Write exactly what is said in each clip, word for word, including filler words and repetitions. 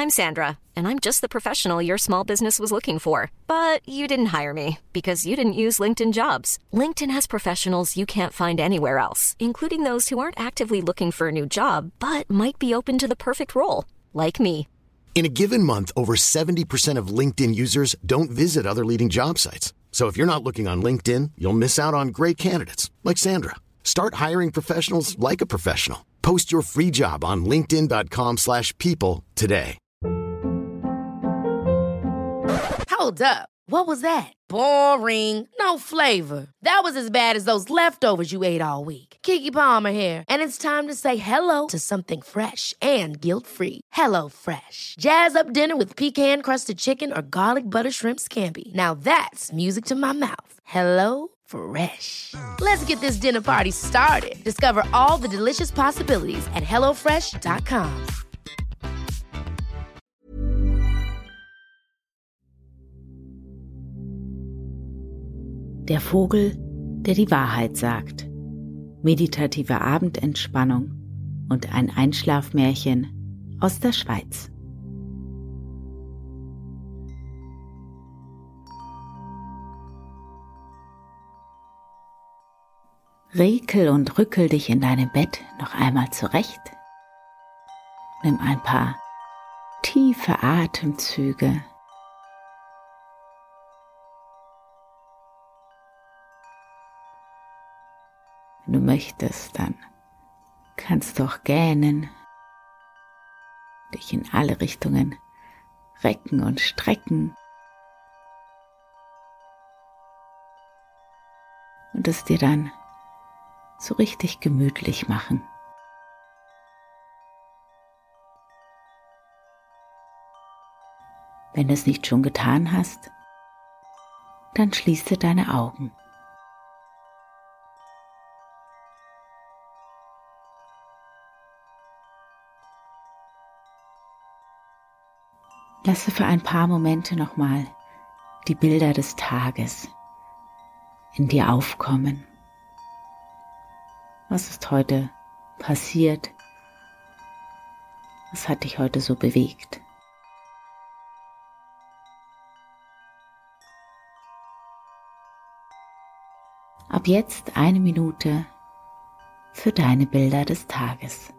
I'm Sandra, and I'm just the professional your small business was looking for. But you didn't hire me because you didn't use LinkedIn Jobs. LinkedIn has professionals you can't find anywhere else, including those who aren't actively looking for a new job, but might be open to the perfect role, like me. In a given month, over seventy percent of LinkedIn users don't visit other leading job sites. So if you're not looking on LinkedIn, you'll miss out on great candidates like Sandra. Start hiring professionals like a professional. Post your free job on linkedin dot com slash people today. Hold up. What was that? Boring. No flavor. That was as bad as those leftovers you ate all week. Keke Palmer here, and it's time to say hello to something fresh and guilt-free. Hello Fresh. Jazz up dinner with pecan-crusted chicken or garlic butter shrimp scampi. Now that's music to my mouth. Hello Fresh. Let's get this dinner party started. Discover all the delicious possibilities at hello fresh dot com. Der Vogel, der die Wahrheit sagt. Meditative Abendentspannung und ein Einschlafmärchen aus der Schweiz. Rekel und rückel dich in deinem Bett noch einmal zurecht. Nimm ein paar tiefe Atemzüge. Wenn du möchtest, dann kannst du auch gähnen, dich in alle Richtungen recken und strecken und es dir dann so richtig gemütlich machen. Wenn du es nicht schon getan hast, dann schließe deine Augen. Lasse für ein paar Momente nochmal die Bilder des Tages in dir aufkommen. Was ist heute passiert? Was hat dich heute so bewegt? Ab jetzt eine Minute für deine Bilder des Tages.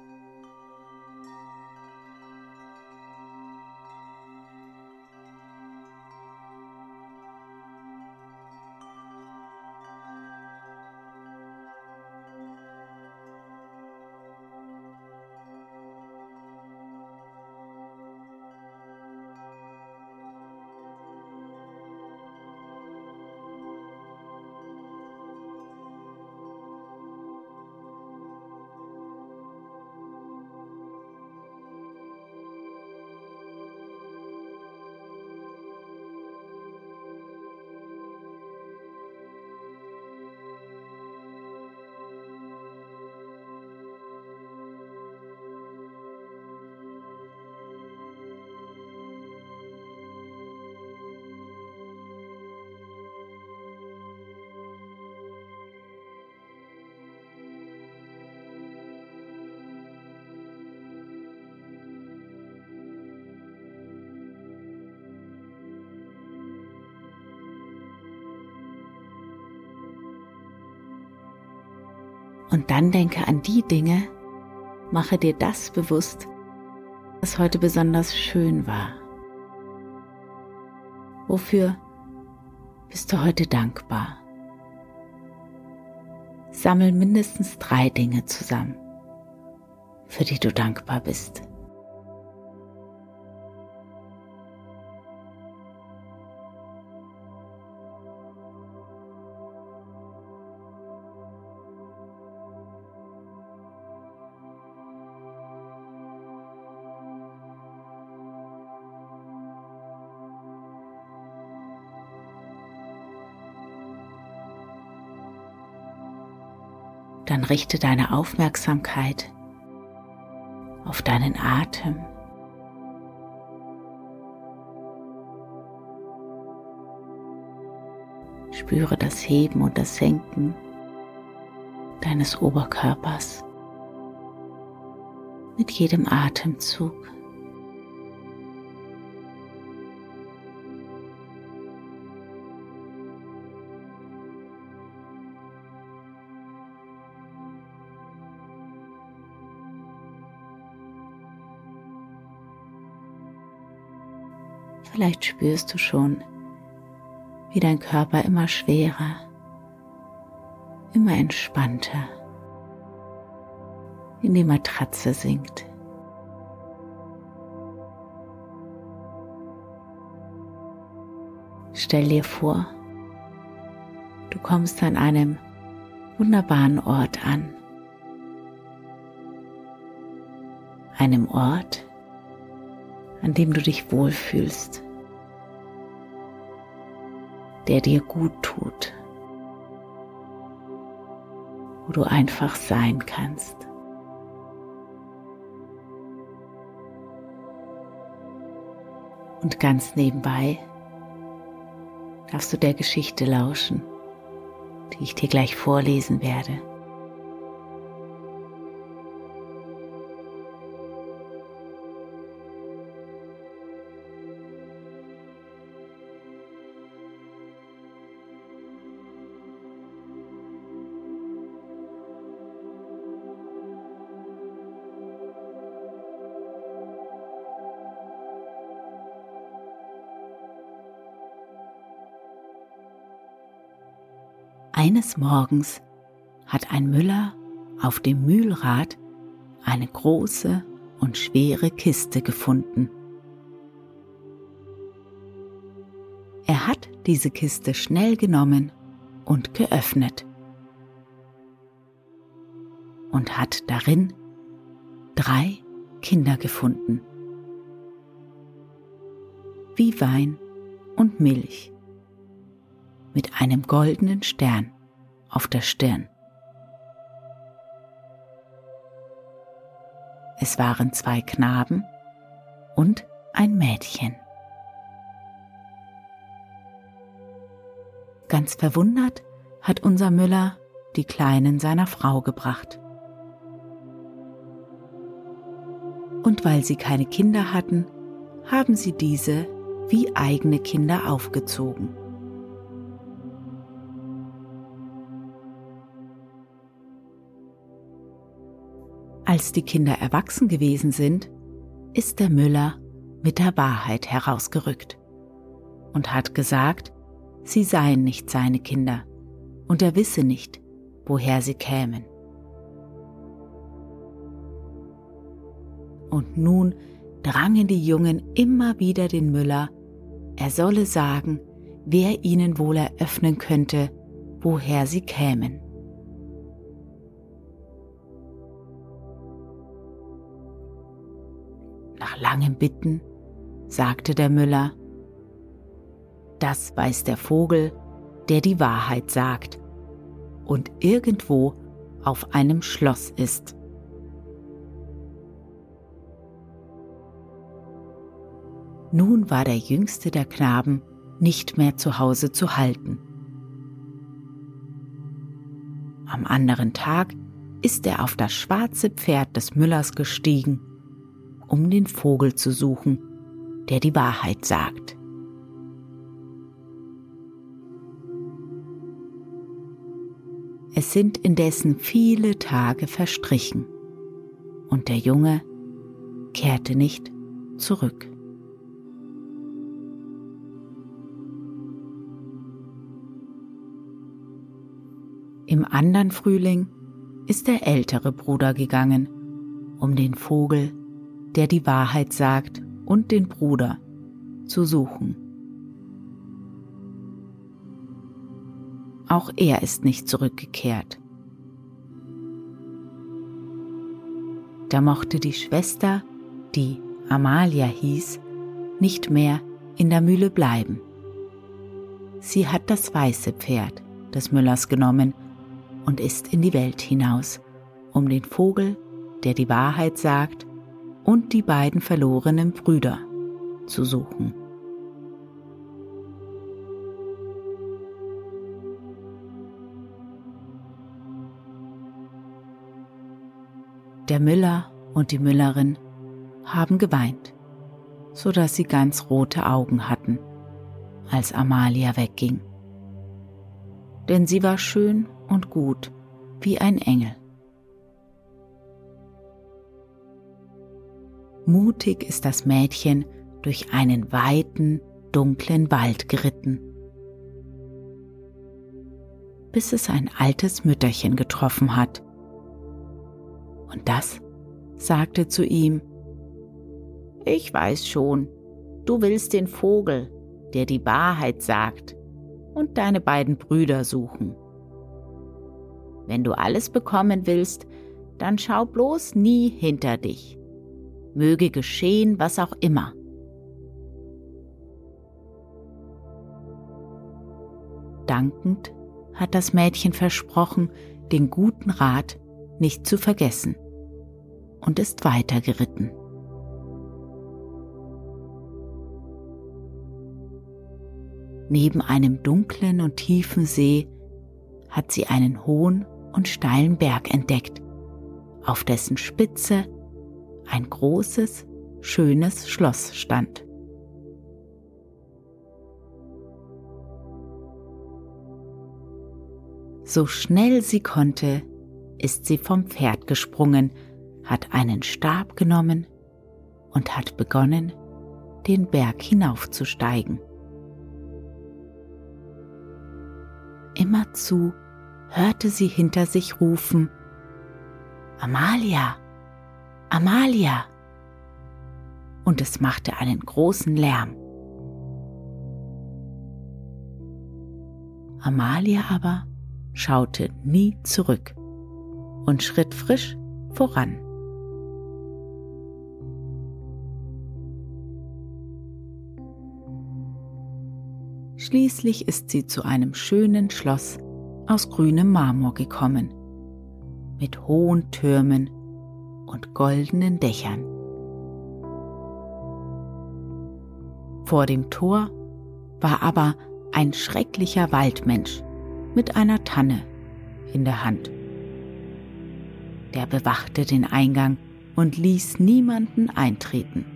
Und dann denke an die Dinge, mache dir das bewusst, was heute besonders schön war. Wofür bist du heute dankbar? Sammel mindestens drei Dinge zusammen, für die du dankbar bist. Dann richte deine Aufmerksamkeit auf deinen Atem. Spüre das Heben und das Senken deines Oberkörpers mit jedem Atemzug. Vielleicht spürst du schon, wie dein Körper immer schwerer, immer entspannter in die Matratze sinkt. Stell dir vor, du kommst an einem wunderbaren Ort an. Einem Ort, an dem du dich wohlfühlst, der dir gut tut, wo du einfach sein kannst. Und ganz nebenbei darfst du der Geschichte lauschen, die ich dir gleich vorlesen werde. Eines Morgens hat ein Müller auf dem Mühlrad eine große und schwere Kiste gefunden. Er hat diese Kiste schnell genommen und geöffnet und hat darin drei Kinder gefunden, wie Wein und Milch, mit einem goldenen Stern auf der Stirn. Es waren zwei Knaben und ein Mädchen. Ganz verwundert hat unser Müller die Kleinen seiner Frau gebracht. Und weil sie keine Kinder hatten, haben sie diese wie eigene Kinder aufgezogen. Als die Kinder erwachsen gewesen sind, ist der Müller mit der Wahrheit herausgerückt und hat gesagt, sie seien nicht seine Kinder und er wisse nicht, woher sie kämen. Und nun drangen die Jungen immer wieder den Müller, er solle sagen, wer ihnen wohl eröffnen könnte, woher sie kämen. Nach langem Bitten sagte der Müller: Das weiß der Vogel, der die Wahrheit sagt und irgendwo auf einem Schloss ist. Nun war der jüngste der Knaben nicht mehr zu Hause zu halten. Am anderen Tag ist er auf das schwarze Pferd des Müllers gestiegen, um den Vogel zu suchen, der die Wahrheit sagt. Es sind indessen viele Tage verstrichen und der Junge kehrte nicht zurück. Im andern Frühling ist der ältere Bruder gegangen, um den Vogel, der die Wahrheit sagt, und den Bruder zu suchen. Auch er ist nicht zurückgekehrt. Da mochte die Schwester, die Amalia hieß, nicht mehr in der Mühle bleiben. Sie hat das weiße Pferd des Müllers genommen und ist in die Welt hinaus, um den Vogel, der die Wahrheit sagt, und die beiden verlorenen Brüder zu suchen. Der Müller und die Müllerin haben geweint, so dass sie ganz rote Augen hatten, als Amalia wegging. Denn sie war schön und gut wie ein Engel. Mutig ist das Mädchen durch einen weiten, dunklen Wald geritten, bis es ein altes Mütterchen getroffen hat. Und das sagte zu ihm: »Ich weiß schon, du willst den Vogel, der die Wahrheit sagt, und deine beiden Brüder suchen. Wenn du alles bekommen willst, dann schau bloß nie hinter dich. Möge geschehen, was auch immer.« Dankend hat das Mädchen versprochen, den guten Rat nicht zu vergessen, und ist weitergeritten. Neben einem dunklen und tiefen See hat sie einen hohen und steilen Berg entdeckt, auf dessen Spitze ein großes, schönes Schloss stand. So schnell sie konnte, ist sie vom Pferd gesprungen, hat einen Stab genommen und hat begonnen, den Berg hinaufzusteigen. Immerzu hörte sie hinter sich rufen: »Amalia! Amalia!« Und es machte einen großen Lärm. Amalia aber schaute nie zurück und schritt frisch voran. Schließlich ist sie zu einem schönen Schloss aus grünem Marmor gekommen, mit hohen Türmen und goldenen Dächern. Vor dem Tor war aber ein schrecklicher Waldmensch mit einer Tanne in der Hand. Der bewachte den Eingang und ließ niemanden eintreten.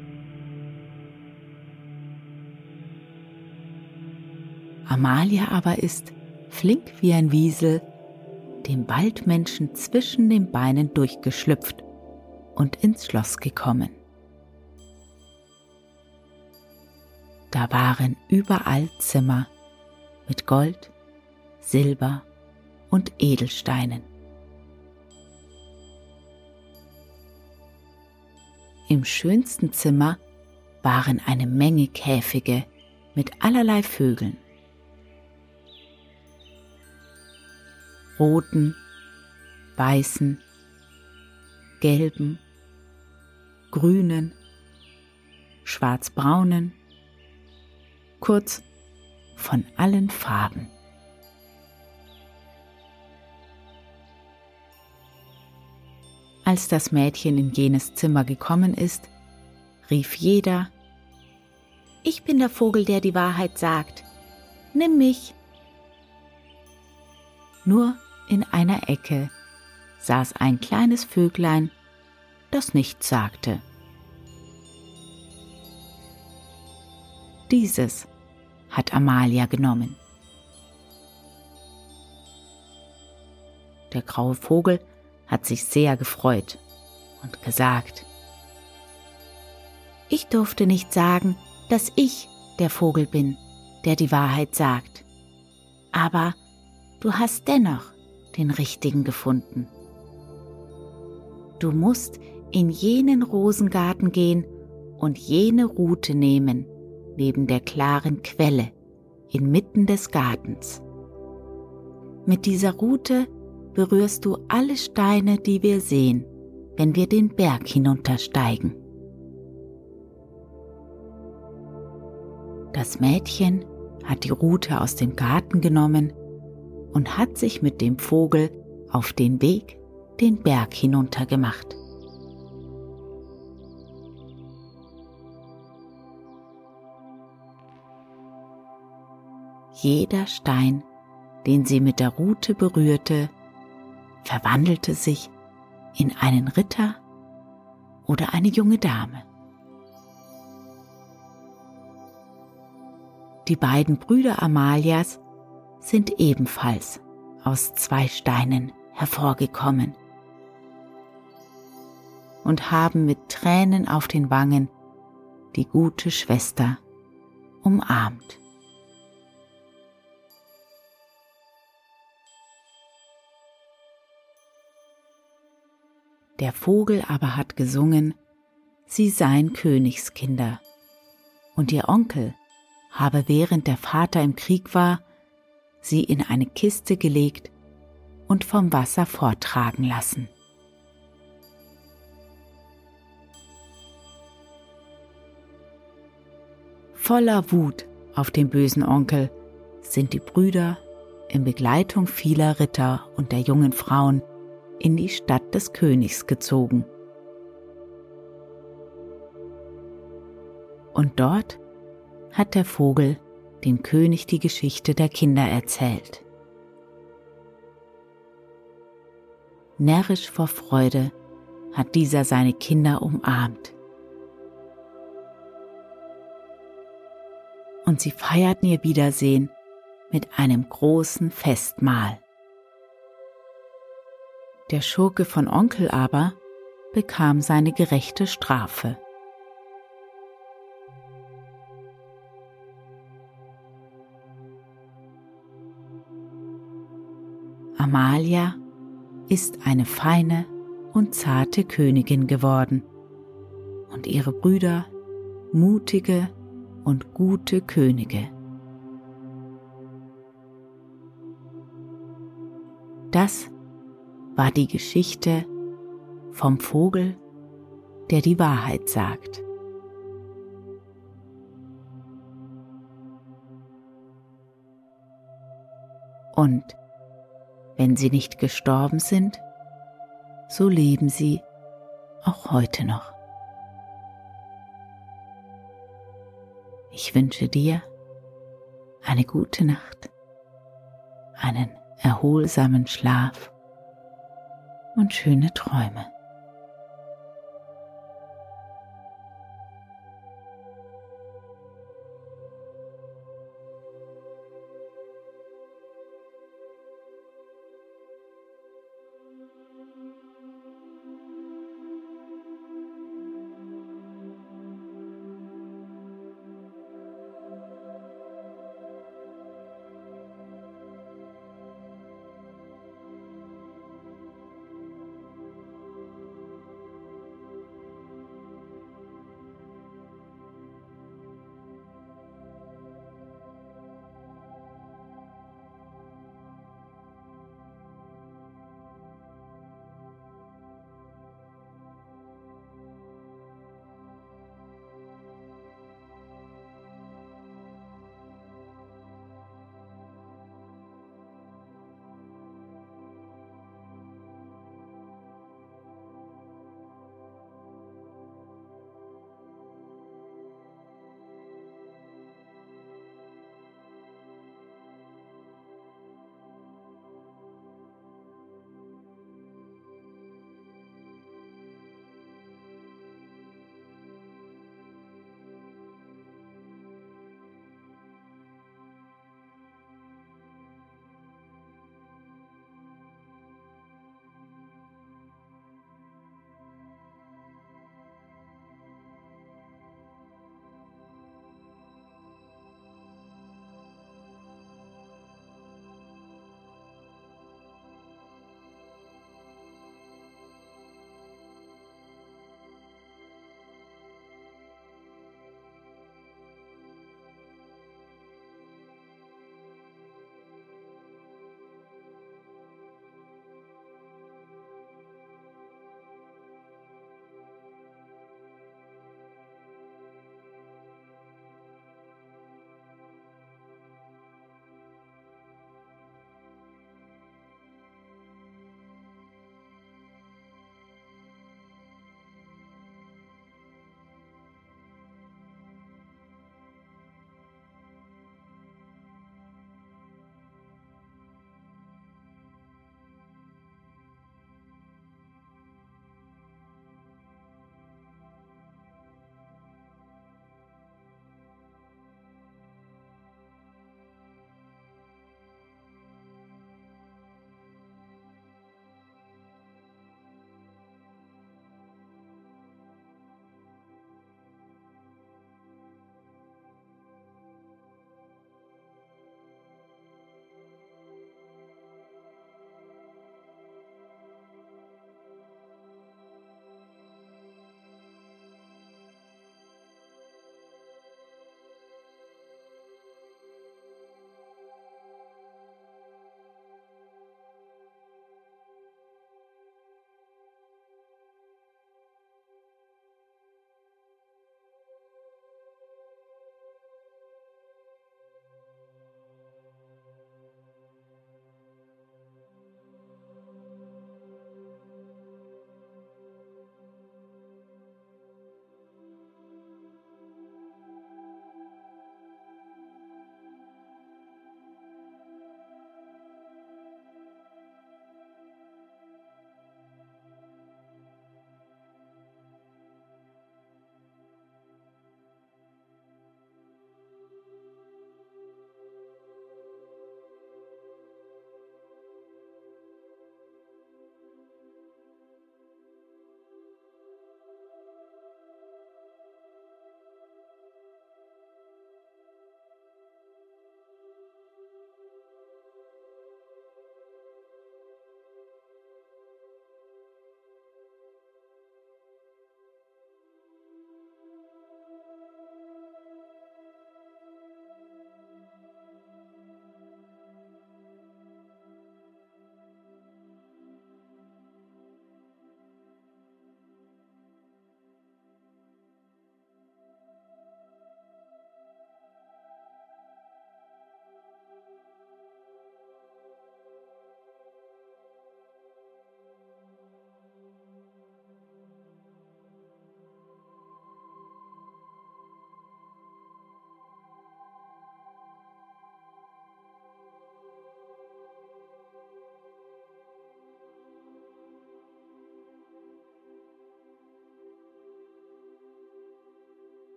Amalia aber ist, flink wie ein Wiesel, dem Waldmenschen zwischen den Beinen durchgeschlüpft und ins Schloss gekommen. Da waren überall Zimmer mit Gold, Silber und Edelsteinen. Im schönsten Zimmer waren eine Menge Käfige mit allerlei Vögeln. Roten, weißen, gelben, grünen, schwarzbraunen, kurz von allen Farben. Als das Mädchen in jenes Zimmer gekommen ist, rief jeder: »Ich bin der Vogel, der die Wahrheit sagt. Nimm mich!« Nur in einer Ecke saß ein kleines Vöglein, das nichts sagte. Dieses hat Amalia genommen. Der graue Vogel hat sich sehr gefreut und gesagt: »Ich durfte nicht sagen, dass ich der Vogel bin, der die Wahrheit sagt. Aber du hast dennoch den Richtigen gefunden. Du musst in jenen Rosengarten gehen und jene Rute nehmen, neben der klaren Quelle, inmitten des Gartens. Mit dieser Rute berührst du alle Steine, die wir sehen, wenn wir den Berg hinuntersteigen.« Das Mädchen hat die Rute aus dem Garten genommen und hat sich mit dem Vogel auf den Weg den Berg hinunter gemacht. Jeder Stein, den sie mit der Rute berührte, verwandelte sich in einen Ritter oder eine junge Dame. Die beiden Brüder Amalias sind ebenfalls aus zwei Steinen hervorgekommen und haben mit Tränen auf den Wangen die gute Schwester umarmt. Der Vogel aber hat gesungen, sie seien Königskinder, und ihr Onkel habe, während der Vater im Krieg war, sie in eine Kiste gelegt und vom Wasser forttragen lassen. Voller Wut auf den bösen Onkel sind die Brüder in Begleitung vieler Ritter und der jungen Frauen in die Stadt des Königs gezogen. Und dort hat der Vogel dem König die Geschichte der Kinder erzählt. Närrisch vor Freude hat dieser seine Kinder umarmt. Und sie feierten ihr Wiedersehen mit einem großen Festmahl. Der Schurke von Onkel aber bekam seine gerechte Strafe. Amalia ist eine feine und zarte Königin geworden und ihre Brüder mutige und gute Könige. Das war die Geschichte vom Vogel, der die Wahrheit sagt. Und wenn sie nicht gestorben sind, so leben sie auch heute noch. Ich wünsche dir eine gute Nacht, einen erholsamen Schlaf und schöne Träume.